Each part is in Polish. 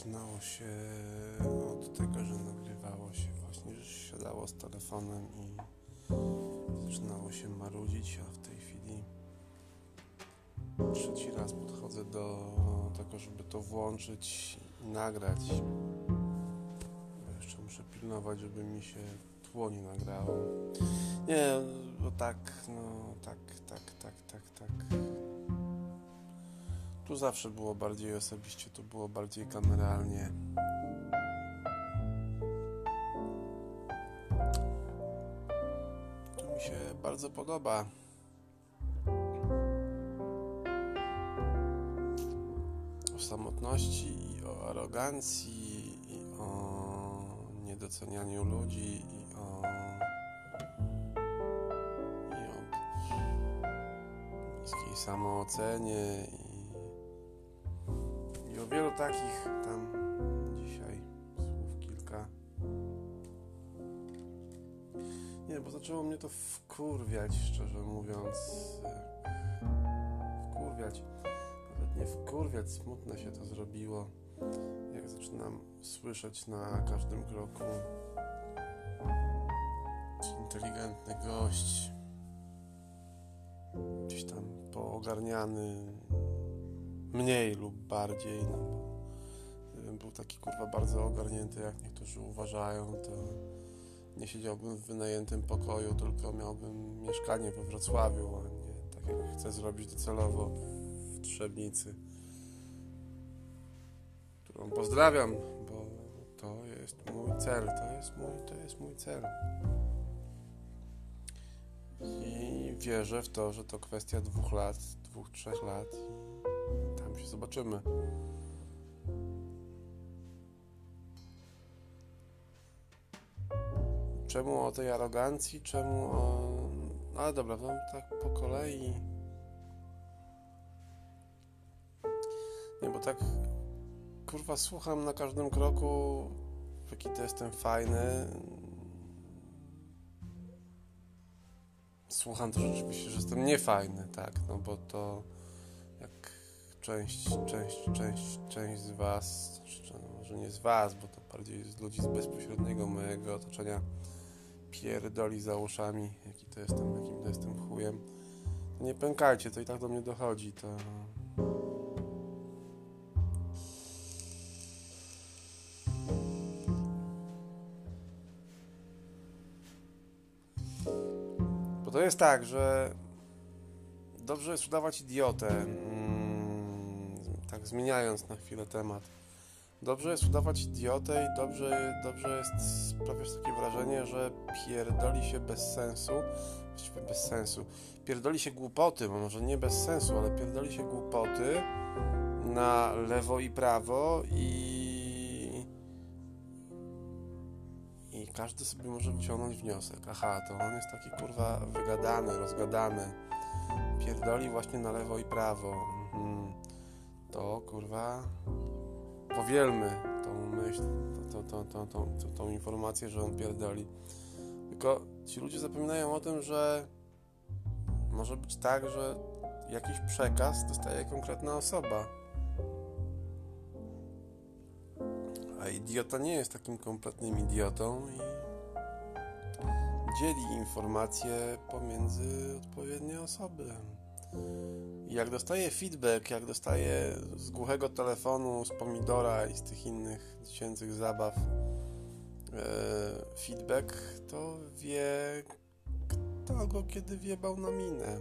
zaczynało się od tego, że nagrywało się właśnie, że się siadało z telefonem i zaczynało się marudzić, a w tej chwili trzeci raz podchodzę do tego, żeby to włączyć i nagrać. Bo jeszcze muszę pilnować, żeby mi się tło nie nagrało. Nie, bo tak. Tu zawsze było bardziej osobiście, tu było bardziej kameralnie. To mi się bardzo podoba. O samotności i o arogancji i o niedocenianiu ludzi i o niskiej samoocenie i o wielu takich tam dzisiaj słów kilka. Nie, bo zaczęło mnie to wkurwiać, szczerze mówiąc. Nawet nie wkurwiać, smutne się to zrobiło. Jak zaczynam słyszeć na każdym kroku inteligentny gość, gdzieś tam poogarniany, mniej lub bardziej, no bo gdybym był taki bardzo ogarnięty, jak niektórzy uważają, to nie siedziałbym w wynajętym pokoju, tylko miałbym mieszkanie we Wrocławiu, a nie tak jak chcę zrobić docelowo w Trzebnicy, którą pozdrawiam, bo to jest mój cel, to jest mój cel. I wierzę w to, że to kwestia 2 lat, 2-3 lat i tam się zobaczymy. Czemu o tej arogancji? Czemu o... Ale dobra, wam tak po kolei. Nie, bo tak słucham na każdym kroku, jaki to jestem fajny. Słucham też rzeczywiście, że jestem niefajny, tak, no bo to jak część z was, czy może nie z was, bo to bardziej z ludzi z bezpośredniego mojego otoczenia pierdoli za uszami, jakim to jestem chujem. Nie pękajcie, to i tak do mnie dochodzi, to... Bo to jest tak, że dobrze jest udawać idiotę, tak zmieniając na chwilę temat. Dobrze jest udawać idiotę i dobrze jest sprawiać takie wrażenie, że pierdoli się bez sensu, właściwie bez sensu, pierdoli się głupoty, bo może nie bez sensu, ale pierdoli się głupoty na lewo i prawo i każdy sobie może wyciągnąć wniosek. Aha, to on jest taki wygadany, rozgadany. Pierdoli właśnie na lewo i prawo. To powielmy tą myśl, tą informację, że on pierdoli. Tylko ci ludzie zapominają o tym, że może być tak, że jakiś przekaz dostaje konkretna osoba. A idiota nie jest takim kompletnym idiotą i dzieli informacje pomiędzy odpowiednie osoby. I jak dostaje feedback, jak dostaje z głuchego telefonu, z Pomidora i z tych innych dziecięcych zabaw feedback, to wie, kto go kiedy wjebał na minę.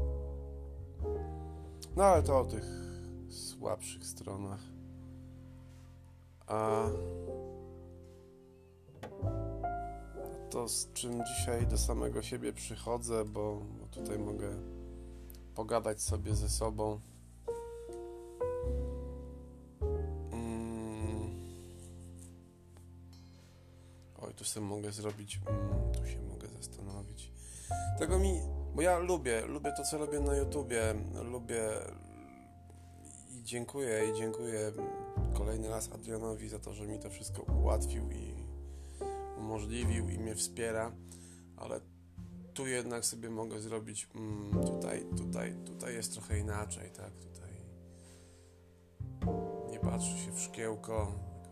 No ale to o tych słabszych stronach. A to, z czym dzisiaj do samego siebie przychodzę, bo tutaj mogę pogadać sobie ze sobą. Oj, tu sobie mogę zrobić, tu się mogę zastanowić. Bo ja lubię to, co robię na YouTubie, lubię i dziękuję kolejny raz Adrianowi za to, że mi to wszystko ułatwił i umożliwił i mnie wspiera, ale tu jednak sobie mogę zrobić tutaj jest trochę inaczej, tak, tutaj nie patrzy się w szkiełko,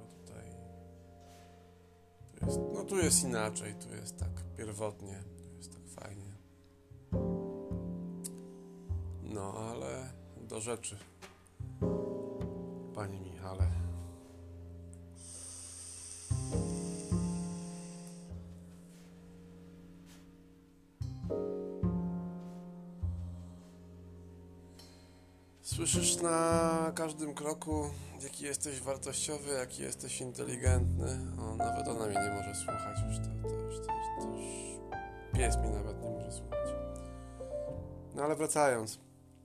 tu jest inaczej, tu jest tak pierwotnie, tu jest tak fajnie. No, ale do rzeczy, panie Michale. Słyszysz na każdym kroku, jaki jesteś wartościowy, jaki jesteś inteligentny. O, nawet ona mnie nie może słuchać, już pies mi nawet nie może słuchać. No ale wracając.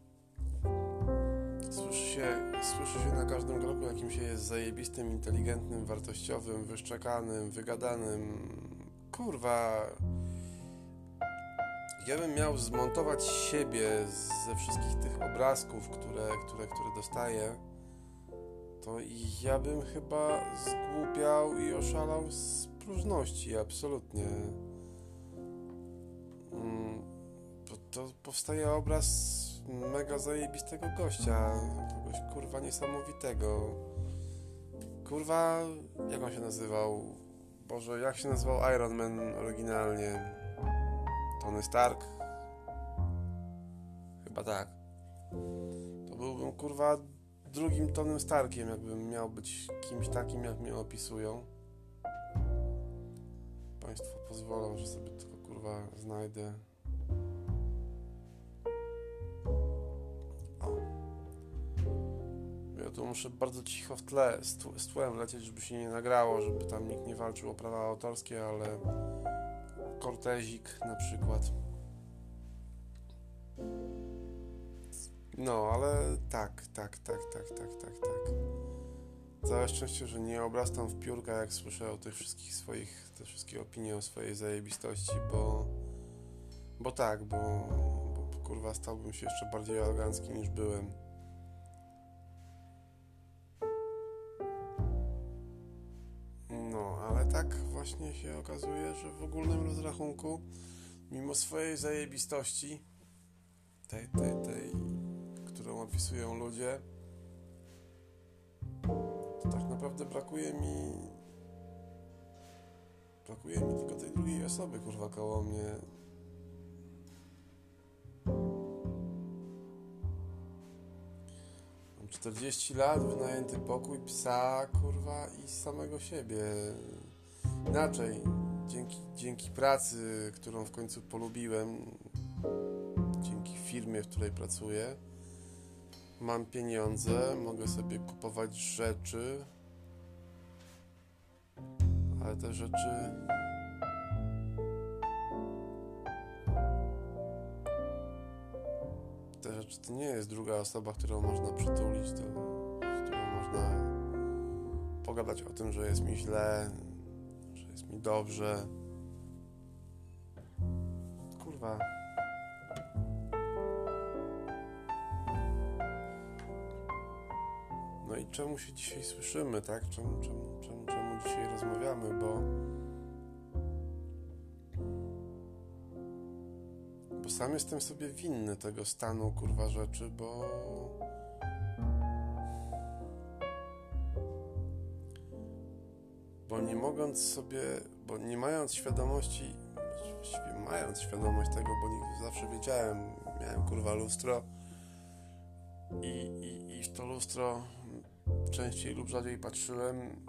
Słyszy się na każdym kroku, jakim się jest zajebistym, inteligentnym, wartościowym, wyszczekanym, wygadanym. Kurwa. Ja bym miał zmontować siebie ze wszystkich tych obrazków, które dostaję, to ja bym chyba zgłupiał i oszalał z próżności, absolutnie. Bo to powstaje obraz mega zajebistego gościa, kogoś kurwa niesamowitego. Kurwa, jak on się nazywał? Boże, jak się nazywał Iron Man oryginalnie? Tony Stark? Chyba tak. To byłbym kurwa drugim Tonym Starkiem, jakbym miał być kimś takim, jak mnie opisują. Państwo pozwolą, że sobie tylko kurwa znajdę. O. Ja tu muszę bardzo cicho w tle, z tłem lecieć, żeby się nie nagrało, żeby tam nikt nie walczył o prawa autorskie, ale Kortezik na przykład. No, ale tak. Całe szczęście, że nie obrastam w piórka, jak słyszę o tych wszystkich te wszystkie opinie o swojej zajebistości, bo kurwa stałbym się jeszcze bardziej arogancki niż byłem. No, ale tak właśnie się okazuje, że w ogólnym rozrachunku, mimo swojej zajebistości, tej, którą opisują ludzie, to tak naprawdę brakuje mi tylko tej drugiej osoby, kurwa, koło mnie. Mam 40 lat, wynajęty pokój, psa, kurwa, i samego siebie. Inaczej, dzięki pracy, którą w końcu polubiłem, dzięki firmie, w której pracuję, mam pieniądze, mogę sobie kupować rzeczy, ale te rzeczy to nie jest druga osoba, którą można przytulić, z którą można pogadać o tym, że jest mi źle, że jest mi dobrze. Kurwa. No i czemu się dzisiaj słyszymy, tak? Czemu dzisiaj rozmawiamy, bo sam jestem sobie winny tego stanu, kurwa, rzeczy, bo nie mając świadomości, właściwie mając świadomość tego, bo nie zawsze wiedziałem, miałem kurwa lustro i w to lustro częściej lub rzadziej patrzyłem.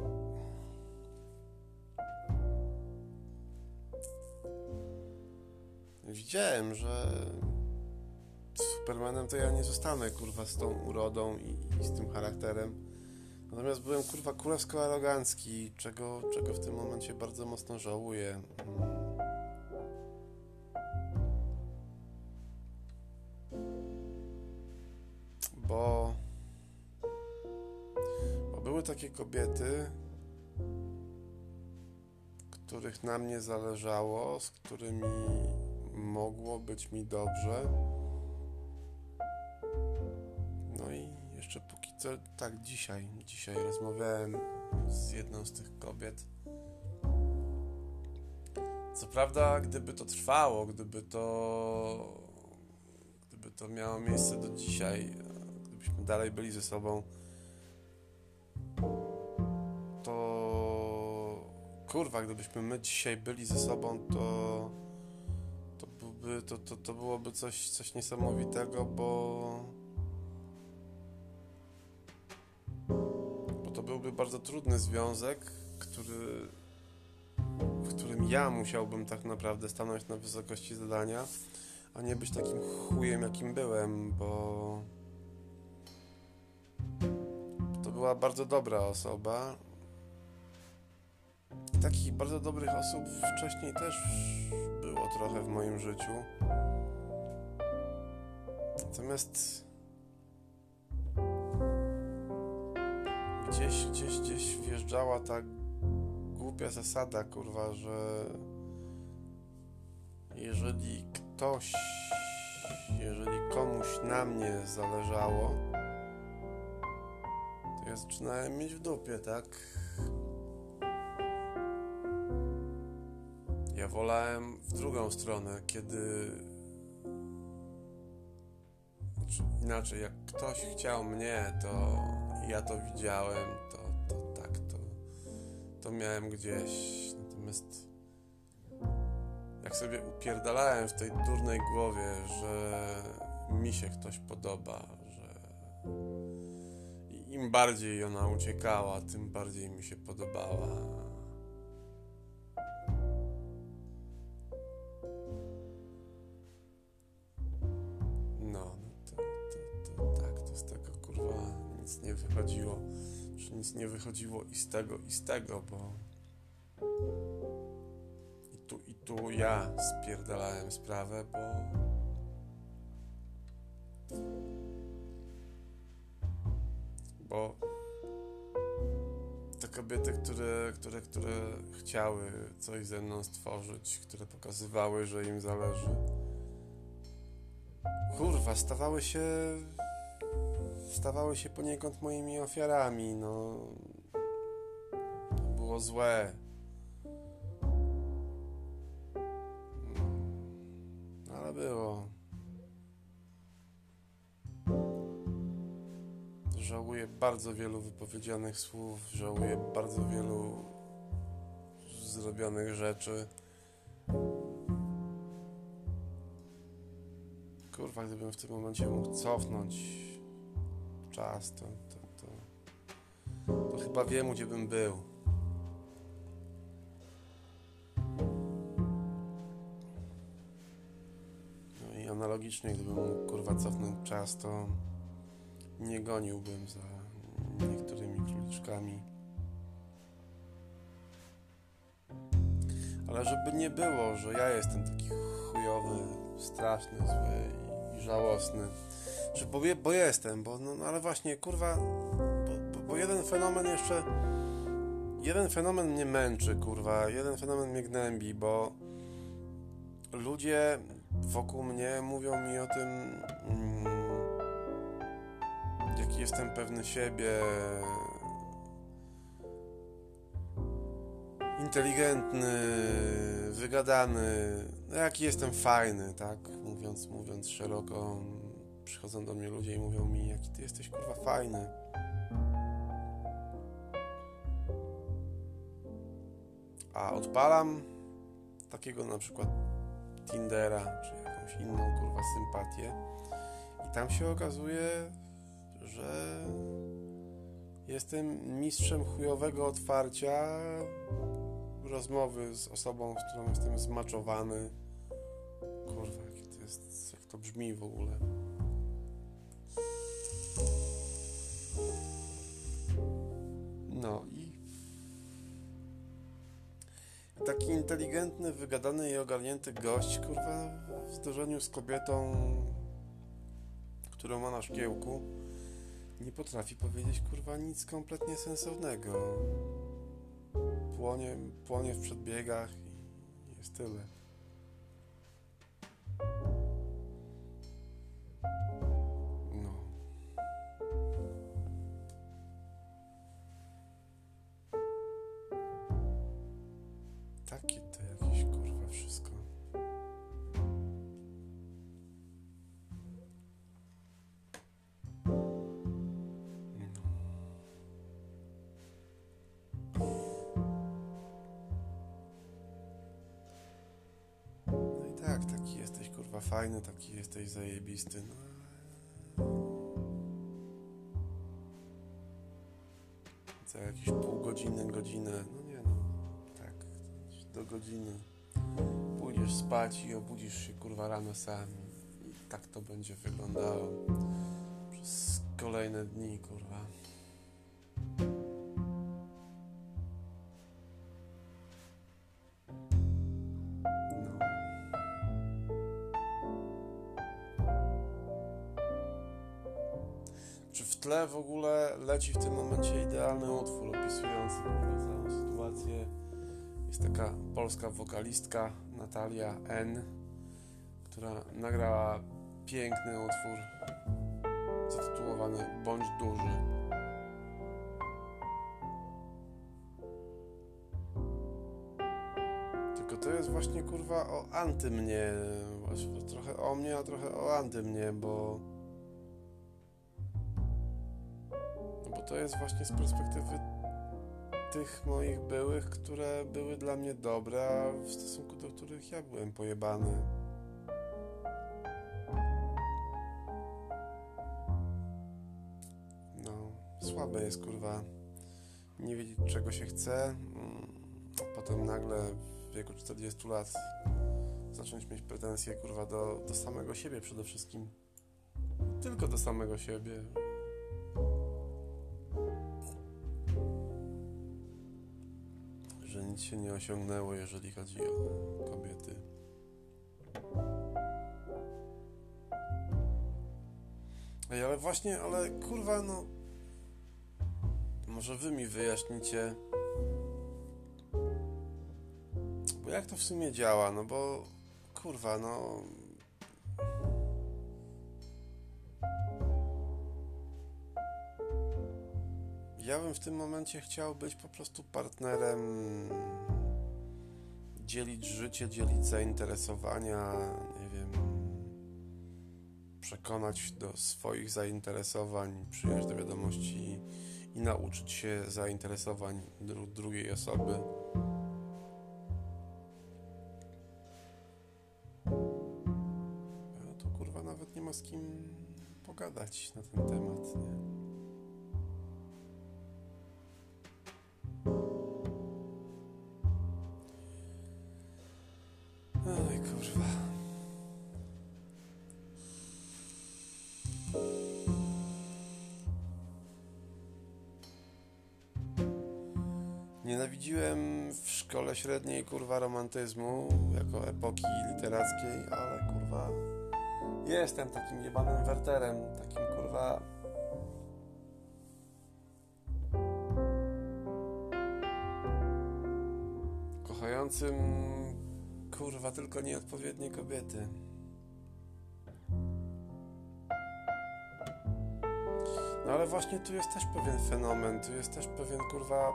Widziałem, że Supermanem to ja nie zostanę, kurwa, z tą urodą i z tym charakterem. Natomiast byłem, kurwa, królewsko arogancki, czego w tym momencie bardzo mocno żałuję. Bo były takie kobiety, których na mnie zależało, z którymi mogło być mi dobrze. No i jeszcze póki co, tak, dzisiaj rozmawiałem z jedną z tych kobiet. Co prawda, gdyby to trwało, gdyby to miało miejsce do dzisiaj, gdybyśmy dalej byli ze sobą, to kurwa, gdybyśmy my dzisiaj byli ze sobą, to byłoby coś niesamowitego, bo to byłby bardzo trudny związek, w którym ja musiałbym tak naprawdę stanąć na wysokości zadania, a nie być takim chujem, jakim byłem, bo to była bardzo dobra osoba. I takich bardzo dobrych osób wcześniej też było trochę w moim życiu. Natomiast gdzieś wjeżdżała ta głupia zasada, kurwa, że jeżeli komuś na mnie zależało, to ja zaczynałem mieć w dupie, tak? Ja wolałem w drugą stronę, inaczej, jak ktoś chciał mnie, to ja to widziałem, to miałem gdzieś. Natomiast jak sobie upierdalałem w tej durnej głowie, że mi się ktoś podoba, że im bardziej ona uciekała, tym bardziej mi się podobała. To z tego kurwa nic nie wychodziło. Czy nic nie wychodziło i z tego, bo i tu ja spierdalałem sprawę, bo te kobiety, które chciały coś ze mną stworzyć, które pokazywały, że im zależy, kurwa, stawały się poniekąd moimi ofiarami, no. Było złe. Ale było. Żałuję bardzo wielu wypowiedzianych słów, żałuję bardzo wielu zrobionych rzeczy. Kurwa, gdybym w tym momencie mógł cofnąć czas, to chyba wiem, gdzie bym był. No i analogicznie, gdybym mógł, kurwa, cofnąć czas, to nie goniłbym za niektórymi króliczkami. Ale żeby nie było, że ja jestem taki chujowy, straszny, zły i żałosny. Bo jestem, no ale właśnie, kurwa, bo jeden fenomen mnie męczy, kurwa, jeden fenomen mnie gnębi, bo ludzie wokół mnie mówią mi o tym, jaki jestem pewny siebie, inteligentny, wygadany, no jaki jestem fajny, tak? Mówiąc szeroko, przychodzą do mnie ludzie i mówią mi, jaki ty jesteś, kurwa, fajny. A odpalam takiego na przykład Tindera, czy jakąś inną, kurwa, sympatię i tam się okazuje, że jestem mistrzem chujowego otwarcia rozmowy z osobą, z którą jestem zmaczowany. Kurwa, jak to brzmi w ogóle. No i taki inteligentny, wygadany i ogarnięty gość, kurwa, w zderzeniu z kobietą, którą ma na szkiełku, nie potrafi powiedzieć, kurwa, nic kompletnie sensownego. Płonie w przedbiegach i jest tyle. No. Takie to jakieś, kurwa, wszystko. tak, taki jesteś kurwa fajny, taki jesteś zajebisty, no. Za jakieś pół godziny, godzinę, no nie no, tak, do godziny pójdziesz spać i obudzisz się kurwa rano sam i tak to będzie wyglądało przez kolejne dni, kurwa. No. Czy w tle w ogóle leci w tym momencie idealny utwór opisujący kurwa całą sytuację. Jest taka polska wokalistka Natalia N., która nagrała piękny utwór zatytułowany Bądź duży. Tylko to jest właśnie kurwa o anty-mnie, właśnie trochę o mnie, a trochę o anty-mnie, bo to jest właśnie z perspektywy tych moich byłych, które były dla mnie dobre, a w stosunku do których ja byłem pojebany. No, słabe jest kurwa nie wiedzieć czego się chce, a potem nagle w wieku 40 lat zacząć mieć pretensje kurwa do samego siebie przede wszystkim. Tylko do samego siebie. Że nic się nie osiągnęło, jeżeli chodzi o kobiety. Ej, ale właśnie, ale kurwa, no może wy mi wyjaśnicie, bo jak to w sumie działa, no bo kurwa, no ja bym w tym momencie chciał być po prostu partnerem, dzielić życie, dzielić zainteresowania, nie wiem, przekonać do swoich zainteresowań, przyjąć do wiadomości i nauczyć się zainteresowań drugiej osoby. No to kurwa nawet nie ma z kim pogadać na ten temat, nie? Oj, kurwa. Nienawidziłem w szkole średniej, kurwa, romantyzmu jako epoki literackiej, ale, kurwa, jestem takim jebanym werterem, takim, kurwa, kochającym, kurwa, tylko nieodpowiednie kobiety. No ale właśnie tu jest też pewien fenomen, tu jest też pewien, kurwa,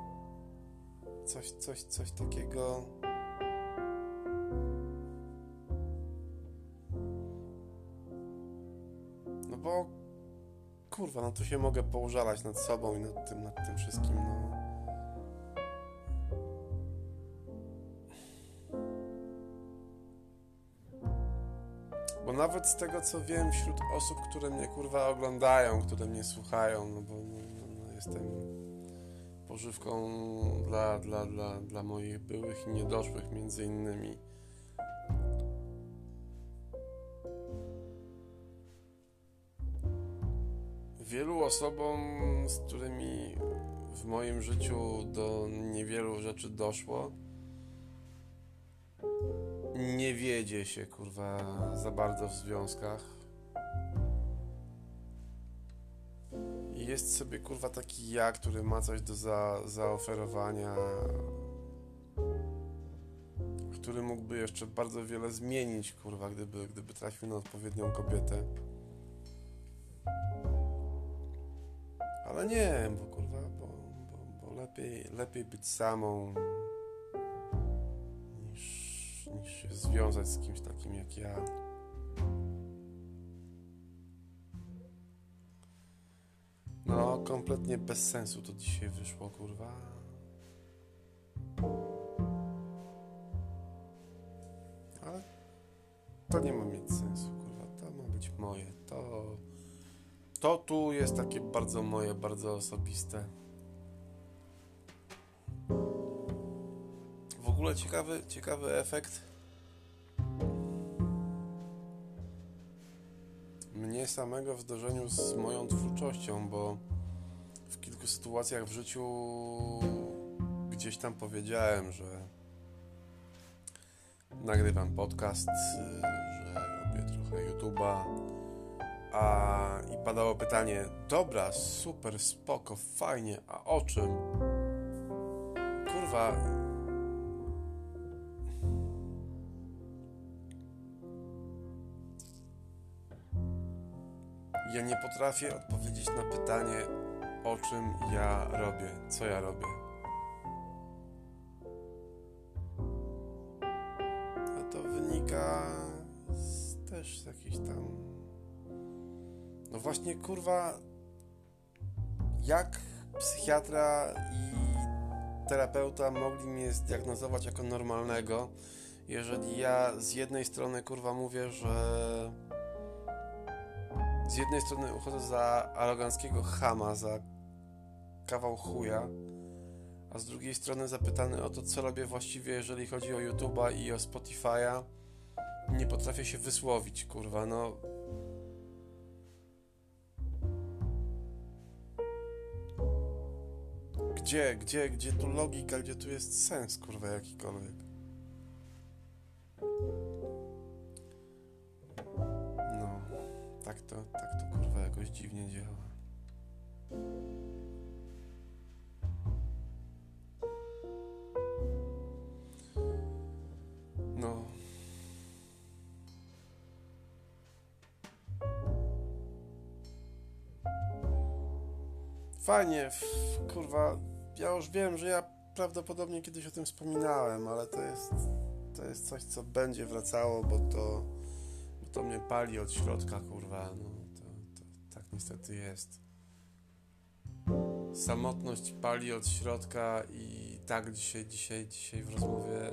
coś takiego. No bo, kurwa, no tu się mogę poużalać nad sobą i nad tym wszystkim, no. Bo nawet z tego, co wiem wśród osób, które mnie, kurwa, oglądają, które mnie słuchają, no bo no, jestem pożywką dla moich byłych i niedoszłych, między innymi. Wielu osobom, z którymi w moim życiu do niewielu rzeczy doszło, nie wiedzie się, kurwa, za bardzo w związkach. I jest sobie, kurwa, taki ja, który ma coś do zaoferowania, który mógłby jeszcze bardzo wiele zmienić, kurwa, gdyby trafił na odpowiednią kobietę. Ale nie, bo kurwa, bo lepiej być samą niż się związać z kimś takim jak ja. No, kompletnie bez sensu to dzisiaj wyszło, kurwa. to nie ma mieć sensu, kurwa, to ma być moje, to tu jest takie bardzo moje, bardzo osobiste. W ogóle ciekawy efekt mnie samego w zderzeniu z moją twórczością, bo w kilku sytuacjach w życiu gdzieś tam powiedziałem, że nagrywam podcast, że robię trochę YouTube'a, i padało pytanie: dobra, super, spoko, fajnie, a o czym? Kurwa, ja nie potrafię odpowiedzieć na pytanie, o czym ja robię, co ja robię. A to wynika też z jakichś tam... No właśnie, kurwa, jak psychiatra i terapeuta mogli mnie zdiagnozować jako normalnego, jeżeli ja z jednej strony, kurwa, mówię, że z jednej strony uchodzę za aroganckiego chama, za kawał chuja, a z drugiej strony zapytany o to, co robię właściwie, jeżeli chodzi o YouTube'a i o Spotify'a, nie potrafię się wysłowić, kurwa, no... Gdzie tu logika, gdzie tu jest sens, kurwa, jakikolwiek? No, tak to kurwa jakoś dziwnie działa. No. Fajnie, kurwa, ja już wiem, że ja prawdopodobnie kiedyś o tym wspominałem, ale to jest coś, co będzie wracało, bo to mnie pali od środka, kurwa, no to tak niestety jest. Samotność pali od środka i tak dzisiaj w rozmowie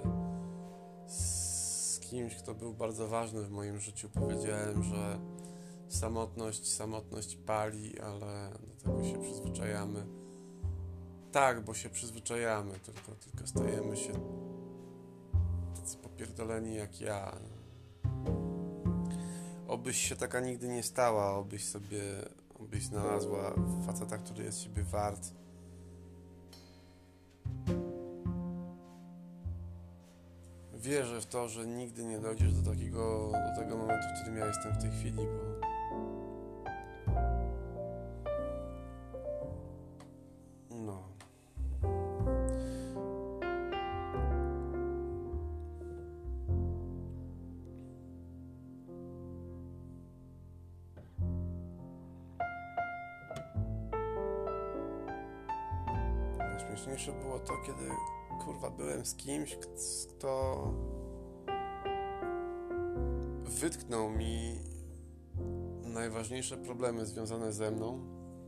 z kimś, kto był bardzo ważny w moim życiu, powiedziałem, że samotność pali, ale do tego się przyzwyczajamy. Tak, bo się przyzwyczajamy, tylko stajemy się tacy popierdoleni jak ja. Obyś się taka nigdy nie stała, obyś znalazła faceta, który jest siebie wart. Wierzę w to, że nigdy nie dojdziesz do tego momentu, w którym ja jestem w tej chwili, bo no. Najśmieszniejsze było to, kiedy kurwa byłem z kimś, kto wytknął mi najważniejsze problemy związane ze mną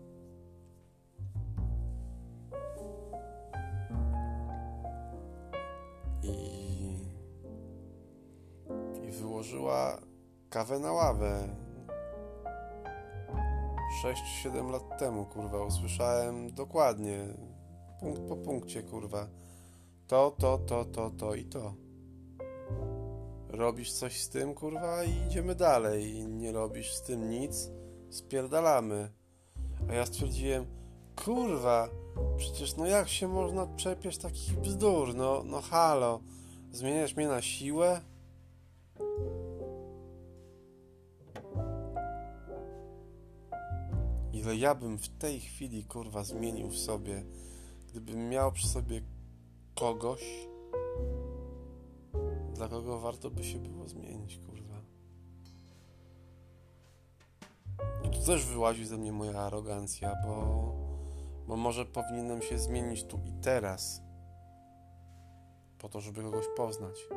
i wyłożyła kawę na ławę. 6-7 lat temu, kurwa, usłyszałem dokładnie, punkt po punkcie, kurwa, to i to. Robisz coś z tym, kurwa, i idziemy dalej. Nie robisz z tym nic, spierdalamy. A ja stwierdziłem, kurwa, przecież no jak się można czepiać takich bzdur, no halo, zmieniasz mnie na siłę? Ile ja bym w tej chwili, kurwa, zmienił w sobie, gdybym miał przy sobie kogoś, dla kogo warto by się było zmienić, kurwa. I tu też wyłazi ze mnie moja arogancja, bo może powinienem się zmienić tu i teraz, po to, żeby kogoś poznać.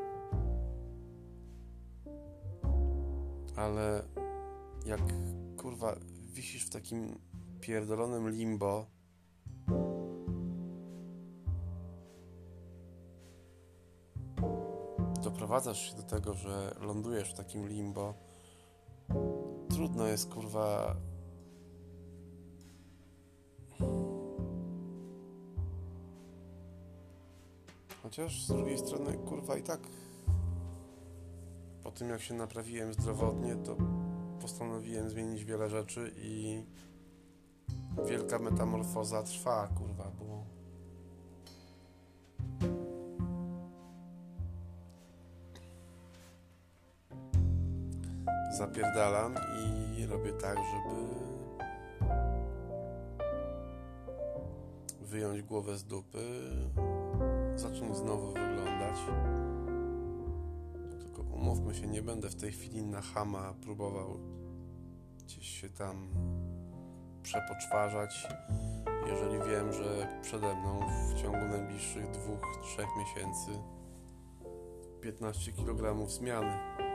Ale jak, kurwa, wisisz w takim pierdolonym limbo, sprowadzasz się do tego, że lądujesz w takim limbo, trudno jest, kurwa, chociaż z drugiej strony, kurwa, i tak po tym, jak się naprawiłem zdrowotnie, to postanowiłem zmienić wiele rzeczy i wielka metamorfoza trwa, kurwa, bo zapierdalam i robię tak, żeby wyjąć głowę z dupy, zacząć znowu wyglądać. Tylko umówmy się, nie będę w tej chwili na chama próbował gdzieś się tam przepoczwarzać, jeżeli wiem, że przede mną w ciągu najbliższych 2-3 miesięcy 15 kg zmiany.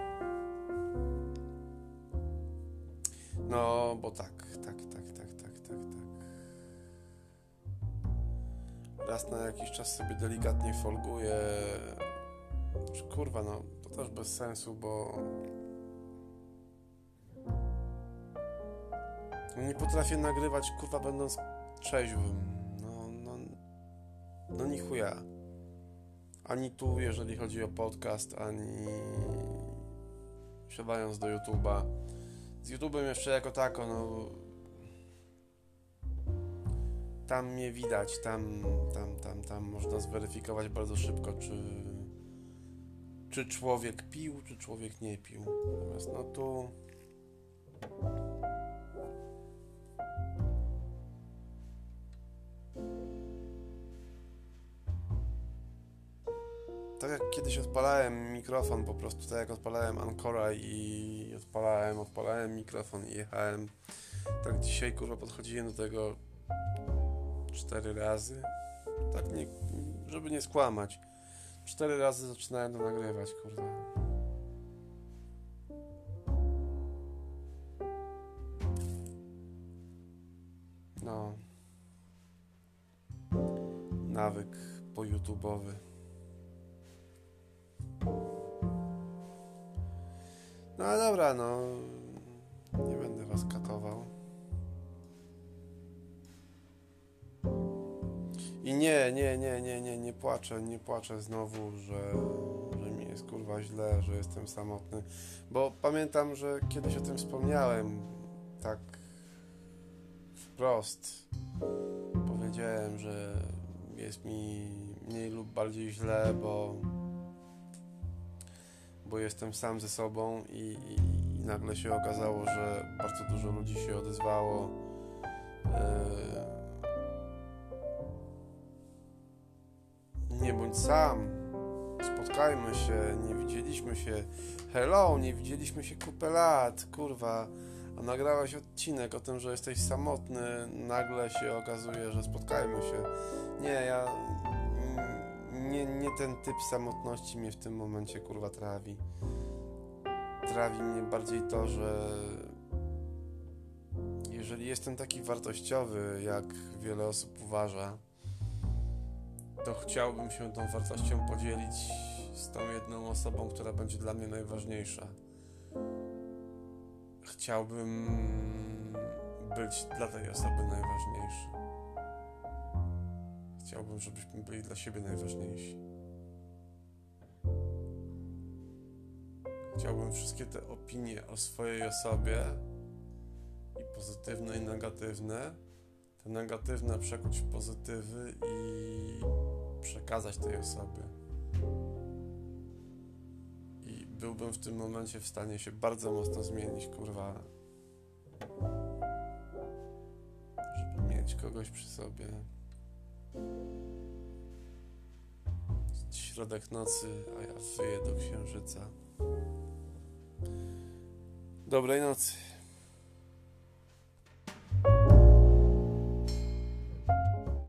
No, bo tak. Raz na jakiś czas sobie delikatnie folguję. Kurwa, no, to też bez sensu, bo nie potrafię nagrywać, kurwa, będąc trzeźwym. No ni chuja. Ani tu, jeżeli chodzi o podcast, ani siadając do YouTube'a. Z YouTube'em jeszcze jako tako, no tam mnie widać, tam można zweryfikować bardzo szybko, czy człowiek pił, czy człowiek nie pił. Natomiast no tu tak jak kiedyś odpalałem mikrofon, po prostu tak jak odpalałem Ancora i odpalałem mikrofon i jechałem, tak dzisiaj, kurwa, podchodziłem do tego 4 razy, tak nie, żeby nie skłamać, 4 razy zaczynałem to nagrywać, kurwa. No, nawyk po-YouTube'owy. No ale dobra, no, nie będę was katował. I nie płaczę znowu, że mi jest, kurwa, źle, że jestem samotny, bo pamiętam, że kiedyś o tym wspomniałem, tak wprost powiedziałem, że jest mi mniej lub bardziej źle, bo jestem sam ze sobą i nagle się okazało, że bardzo dużo ludzi się odezwało. Nie bądź sam, spotkajmy się, nie widzieliśmy się, hello, nie widzieliśmy się kupę lat, kurwa, a nagrałeś odcinek o tym, że jesteś samotny, nagle się okazuje, że spotkajmy się. Nie ten typ samotności mnie w tym momencie, kurwa, trawi. Trawi mnie bardziej to, że jeżeli jestem taki wartościowy, jak wiele osób uważa, to chciałbym się tą wartością podzielić z tą jedną osobą, która będzie dla mnie najważniejsza. Chciałbym być dla tej osoby najważniejszy. Chciałbym, żebyśmy byli dla siebie najważniejsi. Chciałbym wszystkie te opinie o swojej osobie, i pozytywne, i negatywne, te negatywne przekuć w pozytywy i przekazać tej osobie. I byłbym w tym momencie w stanie się bardzo mocno zmienić, kurwa, żeby mieć kogoś przy sobie. Środek nocy, a ja wyję do księżyca. Dobrej nocy.